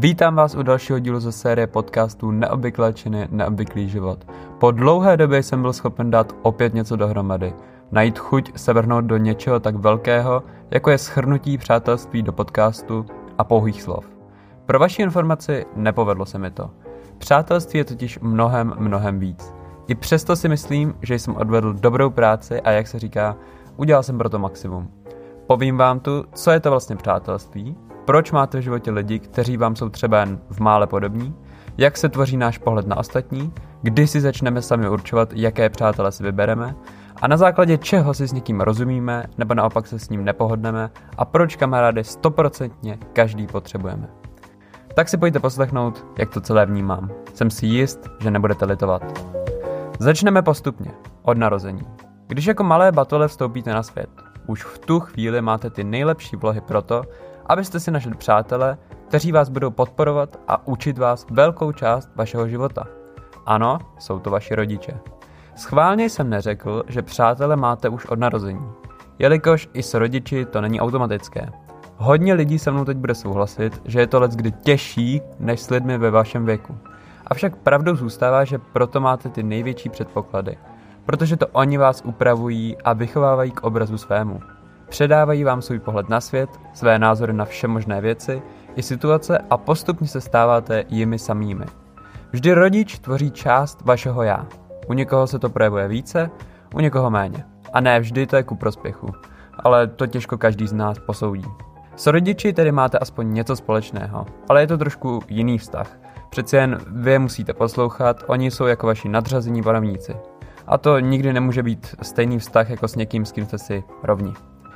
Vítám vás u dalšího dílu ze série podcastů Neobvyklé činy, neobvyklý život. Po dlouhé době jsem byl schopen dát opět něco dohromady. Najít chuť se vrhnout do něčeho tak velkého, jako je shrnutí přátelství do podcastu a pouhých slov. Pro vaši informaci, nepovedlo se mi to. Přátelství je totiž mnohem víc. I přesto si myslím, že jsem odvedl dobrou práci a jak se říká, udělal jsem pro to maximum. Povím vám tu, co je to vlastně přátelství, proč máte v životě lidi, kteří vám jsou třeba jen v mále podobní, jak se tvoří náš pohled na ostatní, kdy si začneme sami určovat, jaké přátele si vybereme a na základě čeho si s někým rozumíme nebo naopak se s ním nepohodneme a proč kamarády 100% každý potřebujeme. Tak si pojďte poslechnout, jak to celé vnímám. Jsem si jist, že nebudete litovat. Začneme postupně, od narození. Když jako malé batole vstoupíte na svět, už v tu chvíli máte ty nejlepší vlohy pro to, abyste si našli přátele, kteří vás budou podporovat a učit vás velkou část vašeho života. Ano, jsou to vaši rodiče. Schválně jsem neřekl, že přátele máte už od narození, jelikož i s rodiči to není automatické. Hodně lidí se mnou teď bude souhlasit, že je to leckdy těžší než s lidmi ve vašem věku. Avšak pravdou zůstává, že proto máte ty největší předpoklady, protože to oni vás upravují a vychovávají k obrazu svému. Předávají vám svůj pohled na svět, své názory na všemožné věci i situace a postupně se stáváte jimi samými. Vždy rodič tvoří část vašeho já. U někoho se to projevuje více, u někoho méně. A ne vždy to je ku prospěchu, ale to těžko každý z nás posoudí. S rodiči tedy máte aspoň něco společného, ale je to trošku jiný vztah. Přece jen vy je musíte poslouchat, oni jsou jako vaši nadřazení panovníci. A to nikdy nemůže být stejný vztah jako s někým, s kým jste si rovni.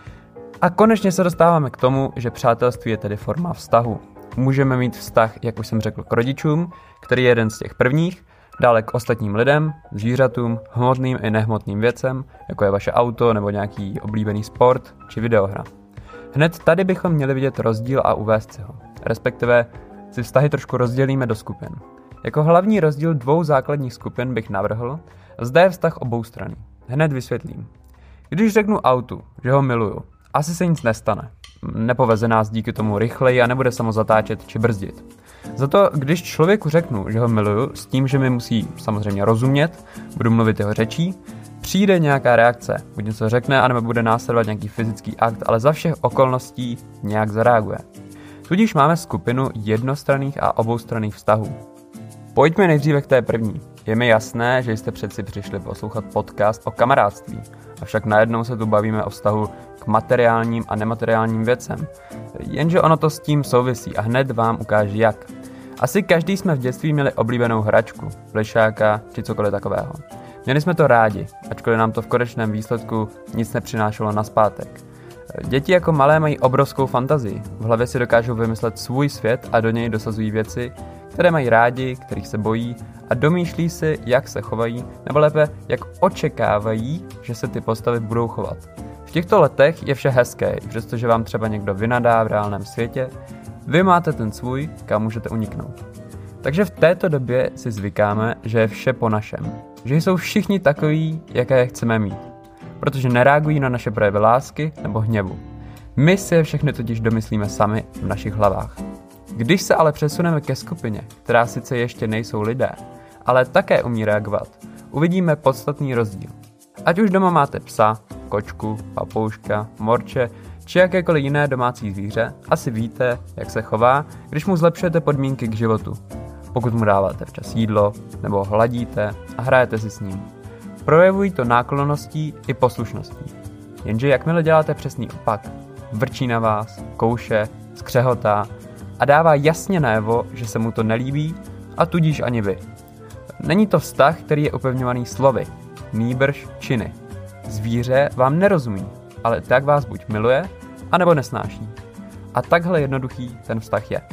A konečně se dostáváme k tomu, že přátelství je tedy forma vztahu. Můžeme mít vztah, jak už jsem řekl, k rodičům, který je jeden z těch prvních, dále k ostatním lidem, zvířatům, hmotným i nehmotným věcem, jako je vaše auto nebo nějaký oblíbený sport či videohra. Hned tady bychom měli vidět rozdíl a uvést si ho. Respektive si vztahy trošku rozdělíme do skupin. Jako hlavní rozdíl dvou základních skupin bych navrhl, zde je vztah oboustranný. Hned vysvětlím. Když řeknu autu, že ho miluju, asi se nic nestane. Nepoveze nás díky tomu rychleji a nebude samo zatáčet či brzdit. Zato když člověku řeknu, že ho miluju, s tím, že mi musí samozřejmě rozumět, budu mluvit jeho řečí, přijde nějaká reakce, buď něco řekne, anebo bude následovat nějaký fyzický akt, ale za všech okolností nějak zareaguje. Tudíž máme skupinu jednostranných a oboustranných vztahů. Pojďme nejdříve k té první. Je mi jasné, že jste přeci přišli poslouchat podcast o kamarádství, avšak najednou se tu bavíme o vztahu k materiálním a nemateriálním věcem. Jenže ono to s tím souvisí a hned vám ukážu jak. Asi každý jsme v dětství měli oblíbenou hračku, plišáka či cokoliv takového. Měli jsme to rádi, ačkoliv nám to v konečném výsledku nic nepřinášelo nazpátek. Děti jako malé mají obrovskou fantazii. V hlavě si dokážou vymyslet svůj svět a do něj dosazují věci, které mají rádi, kterých se bojí a domýšlí si, jak se chovají, nebo lépe, jak očekávají, že se ty postavy budou chovat. V těchto letech je vše hezké, přestože vám třeba někdo vynadá v reálném světě, vy máte ten svůj, kam můžete uniknout. Takže v této době si zvykáme, že je vše po našem, že jsou všichni takoví, jaké je chceme mít, protože nereagují na naše projevy lásky nebo hněvu. My si je všechny totiž domyslíme sami v našich hlavách. Když se ale přesuneme ke skupině, která sice ještě nejsou lidé, ale také umí reagovat, uvidíme podstatný rozdíl. Ať už doma máte psa, kočku, papouška, morče či jakékoliv jiné domácí zvíře, asi víte, jak se chová, když mu zlepšujete podmínky k životu. Pokud mu dáváte včas jídlo, nebo hladíte a hrajete si s ním. Projevují to náklonností i poslušností. Jenže jakmile děláte přesný opak, vrčí na vás, kouše, skřehotá a dává jasně najevo, že se mu to nelíbí a tudíž ani vy. Není to vztah, který je upevňovaný slovy, nýbrž činy. Zvíře vám nerozumí, ale tak vás buď miluje, anebo nesnáší. A takhle jednoduchý ten vztah je.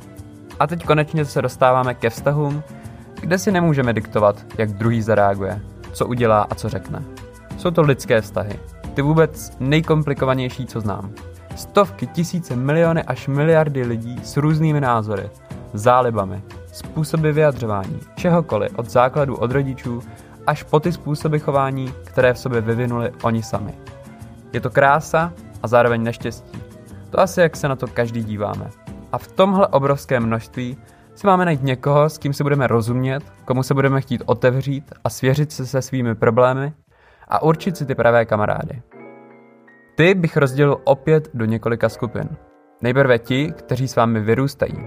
A teď konečně se dostáváme ke vztahům, kde si nemůžeme diktovat, jak druhý zareaguje, co udělá a co řekne. Jsou to lidské vztahy. Ty vůbec nejkomplikovanější, co znám. Stovky, tisíce, miliony až miliardy lidí s různými názory, zálibami, způsoby vyjadřování, čehokoliv, od základů od rodičů až po ty způsoby chování, které v sobě vyvinuli oni sami. Je to krása a zároveň neštěstí. To asi jak se na to každý díváme. a v tomhle obrovském množství si máme najít někoho, s kým si budeme rozumět, komu se budeme chtít otevřít a svěřit se svými problémy a určit si ty pravé kamarády. Ty bych rozdělil opět do několika skupin. Nejprve ti, kteří s vámi vyrůstají.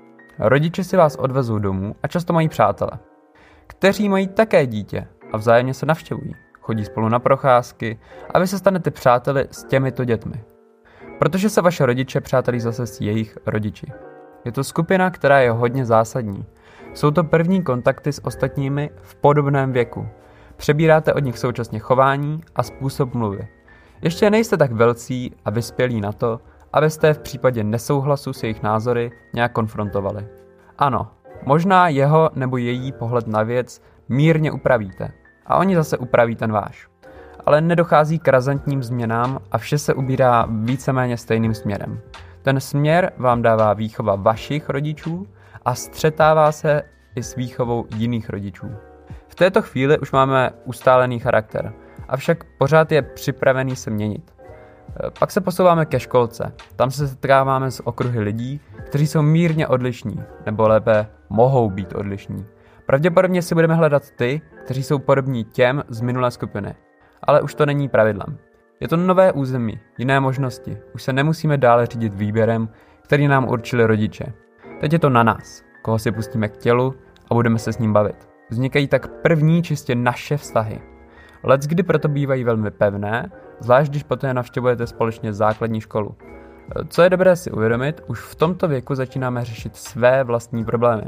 Rodiče si vás odvezou domů a často mají přátele, kteří mají také dítě a vzájemně se navštěvují, chodí spolu na procházky a vy se stanete přáteli s těmito dětmi. Protože se vaše rodiče přátelí zase s jejich rodiči. Je to skupina, která je hodně zásadní. Jsou to první kontakty s ostatními v podobném věku. Přebíráte od nich současně chování a způsob mluvy. Ještě nejste tak velcí a vyspělí na to, abyste v případě nesouhlasu s jejich názory nějak konfrontovali. Ano, možná jeho nebo její pohled na věc mírně upravíte a oni zase upraví ten váš. Ale nedochází k razantním změnám a vše se ubírá víceméně stejným směrem. Ten směr vám dává výchova vašich rodičů a střetává se i s výchovou jiných rodičů. V této chvíli už máme ustálený charakter, avšak pořád je připravený se měnit. Pak se posouváme ke školce. Tam se setkáváme s okruhy lidí, kteří jsou mírně odlišní, nebo lépe mohou být odlišní. Pravděpodobně si budeme hledat ty, kteří jsou podobní těm z minulé skupiny. Ale už to není pravidlem. Je to nové území, jiné možnosti. Už se nemusíme dále řídit výběrem, který nám určili rodiče. Teď je to na nás, koho si pustíme k tělu a budeme se s ním bavit. Vznikají tak první čistě naše vztahy. Leckdy proto bývají velmi pevné, zvlášť když poté navštěvujete společně základní školu. Co je dobré si uvědomit, už v tomto věku začínáme řešit své vlastní problémy.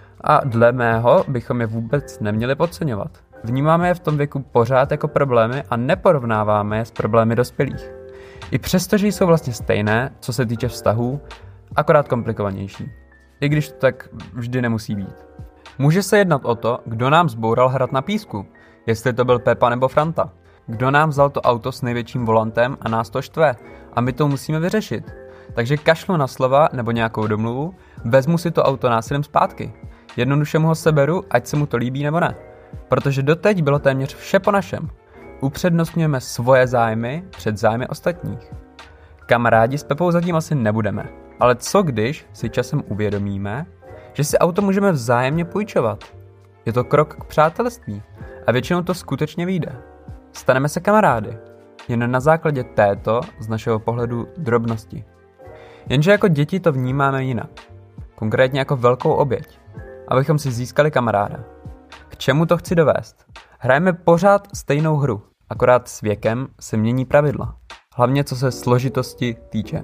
A dle mého bychom je vůbec neměli podceňovat. Vnímáme je v tom věku pořád jako problémy a neporovnáváme je s problémy dospělých. I přesto, že jsou vlastně stejné, co se týče vztahů, akorát komplikovanější. I když to tak vždy nemusí být. Může se jednat o to, kdo nám zboural hrad na písku, jestli to byl Pepa nebo Franta. Kdo nám vzal to auto s největším volantem a nás to štve a my to musíme vyřešit. Takže kašlu na slova nebo nějakou domluvu, vezmu si to auto násilím zpátky. Jednoduše mu ho seberu, ať se mu to líbí nebo ne. Protože doteď bylo téměř vše po našem. Upřednostňujeme svoje zájmy před zájmy ostatních. Kamarádi s Pepou zatím asi nebudeme. Ale co když si časem uvědomíme, že si auto můžeme vzájemně půjčovat? Je to krok k přátelství a většinou to skutečně vyjde. Staneme se kamarády. Jen na základě této, z našeho pohledu, drobnosti. Jenže jako děti to vnímáme jinak. Konkrétně jako velkou oběť. Abychom si získali kamaráda. K čemu to chci dovést? Hrajeme pořád stejnou hru, akorát s věkem se mění pravidla. Hlavně co se složitosti týče.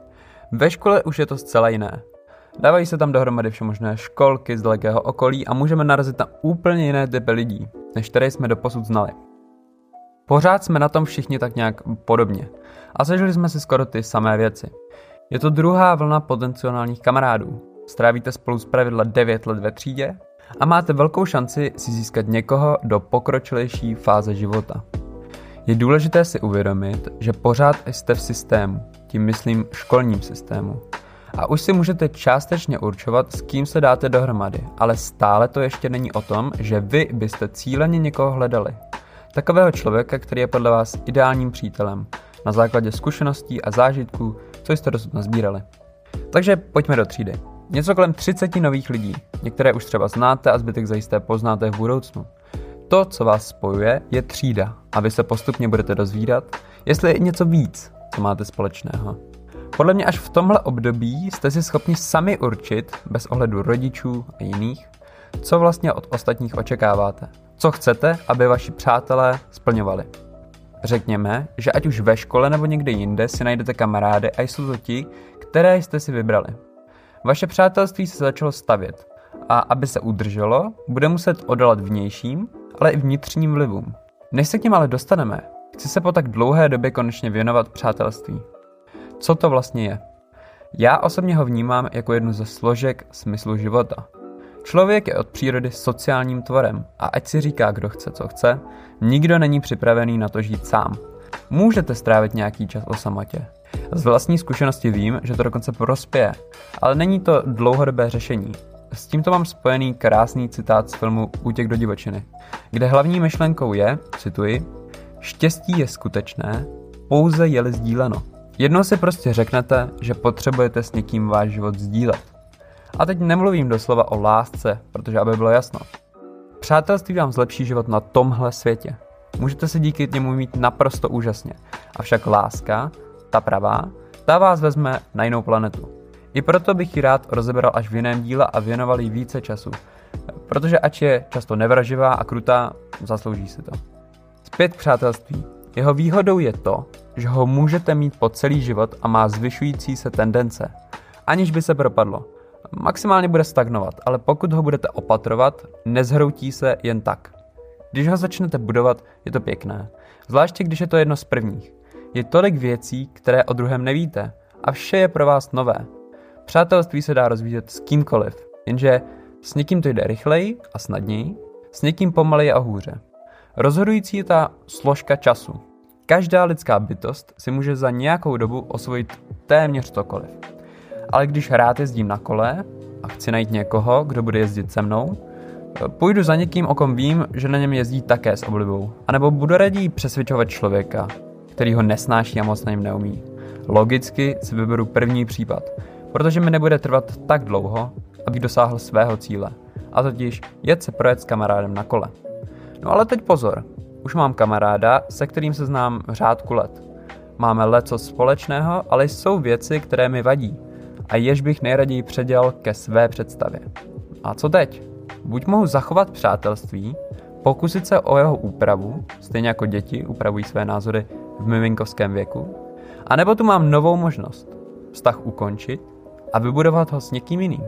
Ve škole už je to zcela jiné. Dávají se tam dohromady všemožné školky z dalekého okolí a můžeme narazit na úplně jiné typy lidí, než které jsme doposud znali. Pořád jsme na tom všichni tak nějak podobně a zažili jsme si skoro ty samé věci. Je to druhá vlna potenciálních kamarádů. Strávíte spolu zpravidla 9 let ve třídě a máte velkou šanci si získat někoho do pokročilejší fáze života. Je důležité si uvědomit, že pořád jste v systému, tím myslím školním systému. A už si můžete částečně určovat, s kým se dáte dohromady, ale stále to ještě není o tom, že vy byste cíleně někoho hledali. Takového člověka, který je podle vás ideálním přítelem, na základě zkušeností a zážitků, co jste dosud nazbírali. Takže pojďme do třídy. Něco kolem 30 nových lidí, některé už třeba znáte a zbytek zajisté poznáte v budoucnu. To, co vás spojuje, je třída a vy se postupně budete dozvídat, jestli je něco víc, co máte společného. Podle mě až v tomhle období jste si schopni sami určit, bez ohledu rodičů a jiných, co vlastně od ostatních očekáváte. Co chcete, aby vaši přátelé splňovali. Řekněme, že ať už ve škole nebo někde jinde si najdete kamarády a jsou to ti, které jste si vybrali. Vaše přátelství se začalo stavět a aby se udrželo, bude muset odolat vnějším, ale i vnitřním vlivům. Než se k nim ale dostaneme, chci se po tak dlouhé době konečně věnovat přátelství. Co to vlastně je? Já osobně ho vnímám jako jednu ze složek smyslu života. Člověk je od přírody sociálním tvorem a ať si říká, kdo chce, co chce, nikdo není připravený na to žít sám. Můžete strávit nějaký čas o samotě. Z vlastní zkušenosti vím, že to dokonce prospěje, ale není to dlouhodobé řešení. S tímto mám spojený krásný citát z filmu Útěk do divočiny, kde hlavní myšlenkou je, cituji, štěstí je skutečné, pouze je-li sdíleno. Jednou si prostě řeknete, že potřebujete s někým váš život sdílet. A teď nemluvím doslova o lásce, protože aby bylo jasno. Přátelství vám zlepší život na tomhle světě. Můžete se díky němu mít naprosto úžasně. Avšak láska, ta pravá, ta vás vezme na jinou planetu. I proto bych ji rád rozeberal až v jiném díle a věnoval jí více času. Protože ač je často nevraživá a krutá, zaslouží si to. Zpět k přátelství. Jeho výhodou je to, že ho můžete mít po celý život a má zvyšující se tendence. Aniž by se propadlo. Maximálně bude stagnovat, ale pokud ho budete opatrovat, nezhroutí se jen tak. Když ho začnete budovat, je to pěkné. Zvláště když je to jedno z prvních. Je tolik věcí, které o druhém nevíte a vše je pro vás nové. Přátelství se dá rozvíjet s kýmkoliv, jenže s někým to jde rychleji a snadněji, s někým pomaleji a hůře. Rozhodující je ta složka času. Každá lidská bytost si může za nějakou dobu osvojit téměř cokoliv. Ale když rád jezdím na kole a chci najít někoho, kdo bude jezdit se mnou, půjdu za někým, o kom vím, že na něm jezdí také s oblibou. A nebo budu raději přesvědčovat člověka, který ho nesnáší a moc na něm neumí. Logicky si vyberu první případ, protože mi nebude trvat tak dlouho, abych dosáhl svého cíle. A totiž jet se projet s kamarádem na kole. No ale teď pozor, už mám kamaráda, se kterým se znám řádku let. Máme leco společného, ale jsou věci, které mi vadí a jež bych nejraději předělal ke své představě. A co teď? Buď mohu zachovat přátelství, pokusit se o jeho úpravu, stejně jako děti upravují své názory v miminkovském věku, anebo tu mám novou možnost, vztah ukončit a vybudovat ho s někým jiným.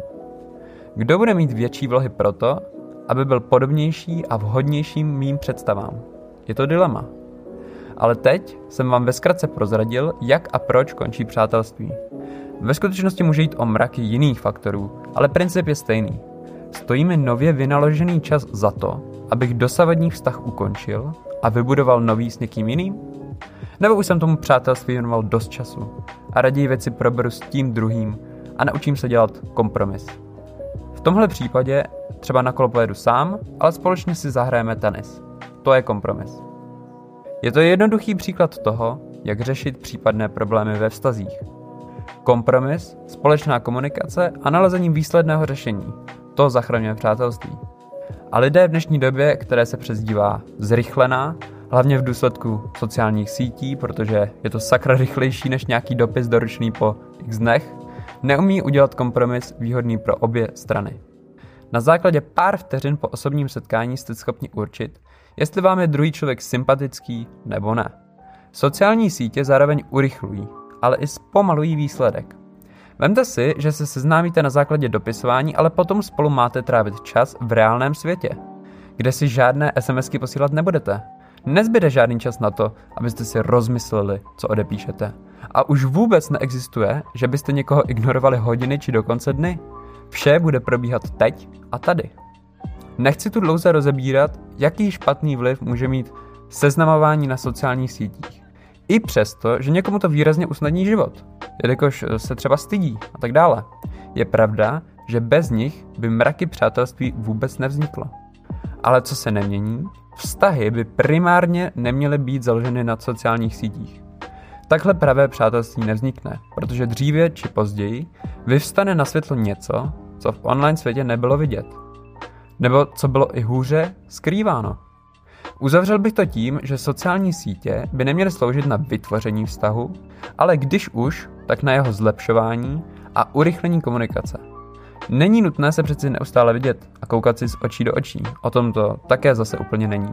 Kdo bude mít větší vlohy proto, aby byl podobnější a vhodnějším mým představám? Je to dilema. Ale teď jsem vám ve zkratce prozradil, jak a proč končí přátelství. Ve skutečnosti může jít o mraky jiných faktorů, ale princip je stejný. Stojí mi nově vynaložený čas za to, abych dosavadní vztah ukončil a vybudoval nový s někým jiným? Nebo už jsem tomu přátelství věnoval dost času a raději věci proberu s tím druhým a naučím se dělat kompromis. V tomhle případě třeba na kolo pojedu sám, ale společně si zahrajeme tenis. To je kompromis. Je to jednoduchý příklad toho, jak řešit případné problémy ve vztazích. Kompromis, společná komunikace a nalezení výsledného řešení. To zachraňuje přátelství. A lidé v dnešní době, které se přezdívá zrychlená, hlavně v důsledku sociálních sítí, protože je to sakra rychlejší než nějaký dopis doručený po x dnech, neumí udělat kompromis výhodný pro obě strany. Na základě pár vteřin po osobním setkání jste schopni určit, jestli vám je druhý člověk sympatický nebo ne. Sociální sítě zároveň urychlují, ale i zpomalují výsledek. Vemte si, že se seznámíte na základě dopisování, ale potom spolu máte trávit čas v reálném světě, kde si žádné SMSky posílat nebudete. Nezbyde žádný čas na to, abyste si rozmysleli, co odepíšete. A už vůbec neexistuje, že byste někoho ignorovali hodiny či dokonce dny. Vše bude probíhat teď a tady. Nechci tu dlouze rozebírat, jaký špatný vliv může mít seznamování na sociálních sítích. I přesto, že někomu to výrazně usnadní život, jelikož se třeba stydí a tak dále. Je pravda, že bez nich by mraky přátelství vůbec nevzniklo. Ale co se nemění, vztahy by primárně neměly být založeny na sociálních sítích. Takhle pravé přátelství nevznikne, protože dříve či později vyvstane na světlo něco, co v online světě nebylo vidět. Nebo co bylo i hůře, skrýváno. Uzavřel bych to tím, že sociální sítě by neměly sloužit na vytvoření vztahu, ale když už, tak na jeho zlepšování a urychlení komunikace. Není nutné se přeci neustále vidět a koukat si z očí do očí, o tom to také zase úplně není.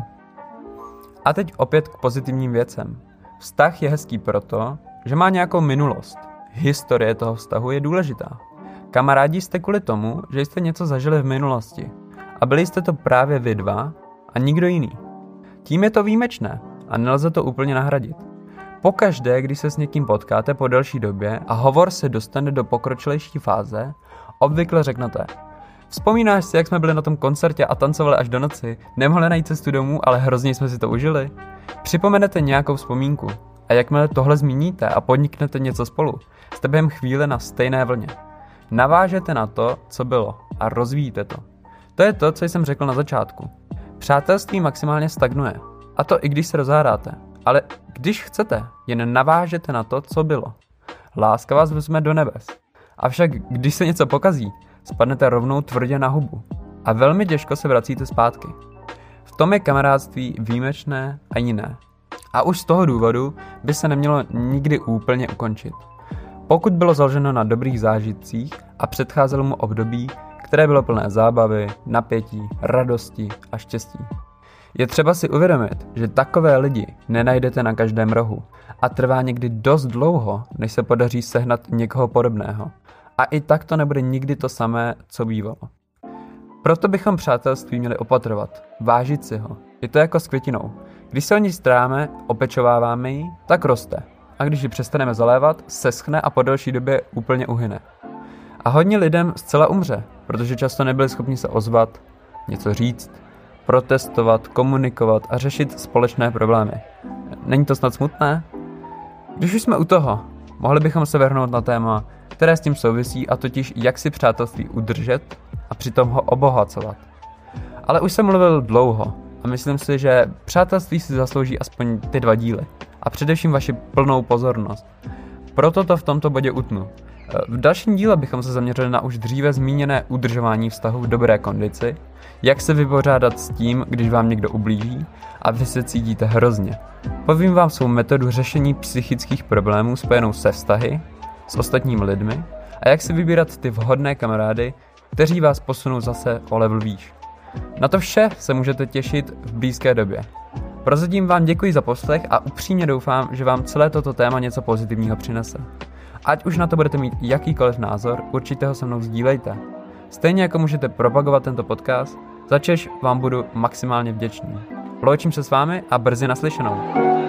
A teď opět k pozitivním věcem. Vztah je hezký proto, že má nějakou minulost. Historie toho vztahu je důležitá. Kamarádi jste kvůli tomu, že jste něco zažili v minulosti. A byli jste to právě vy dva a nikdo jiný. Tím je to výjimečné a nelze to úplně nahradit. Pokaždé, když se s někým potkáte po delší době a hovor se dostane do pokročilejší fáze, obvykle řeknete: vzpomínáš si, jak jsme byli na tom koncertě a tancovali až do noci, nemohli najít cestu domů, ale hrozně jsme si to užili? Připomenete nějakou vzpomínku a jakmile tohle zmíníte a podniknete něco spolu, jste během chvíle na stejné vlně. Navážete na to, co bylo a rozvíjíte to. To je to, co jsem řekl na začátku. Přátelství maximálně stagnuje. A to i když se rozhádáte. Ale když chcete, jen navážete na to, co bylo. láska vás vezme do nebes. Avšak když se něco pokazí, spadnete rovnou tvrdě na hubu a velmi těžko se vracíte zpátky. V tom je kamarádství výjimečné a jiné. A už z toho důvodu by se nemělo nikdy úplně ukončit. Pokud bylo založeno na dobrých zážitcích a předcházelo mu období, které bylo plné zábavy, napětí, radosti a štěstí. Je třeba si uvědomit, že takové lidi nenajdete na každém rohu a trvá někdy dost dlouho, než se podaří sehnat někoho podobného. A i tak to nebude nikdy to samé, co bývalo. Proto bychom přátelství měli opatrovat, vážit si ho. Je to jako s květinou. Když se o ní staráme, opečováváme ji, tak roste. A když ji přestaneme zalévat, seschne a po delší době úplně uhyne. A hodně lidem zcela umře, protože často nebyli schopni se ozvat, něco říct, protestovat, komunikovat a řešit společné problémy. Není to snad smutné? Když už jsme u toho, mohli bychom se vrhnout na téma, které s tím souvisí, a totiž jak si přátelství udržet a přitom ho obohacovat. Ale už jsem mluvil dlouho a myslím si, že přátelství si zaslouží aspoň ty 2 díly a především vaši plnou pozornost. Proto to v tomto bodě utnu. V dalším díle bychom se zaměřili na už dříve zmíněné udržování vztahu v dobré kondici, jak se vypořádat s tím, když vám někdo ublíží a vy se cítíte hrozně. Povím vám svou metodu řešení psychických problémů spojenou se vztahy s ostatními lidmi a jak si vybírat ty vhodné kamarády, kteří vás posunou zase o level výš. Na to vše se můžete těšit v blízké době. Prozatím vám děkuji za poslech a upřímně doufám, že vám celé toto téma něco pozitivního přinese. Ať už na to budete mít jakýkoliv názor, určitě ho se mnou sdílejte. Stejně jako můžete propagovat tento podcast, začež vám budu maximálně vděčný. Loučím se s vámi a brzy naslyšenou.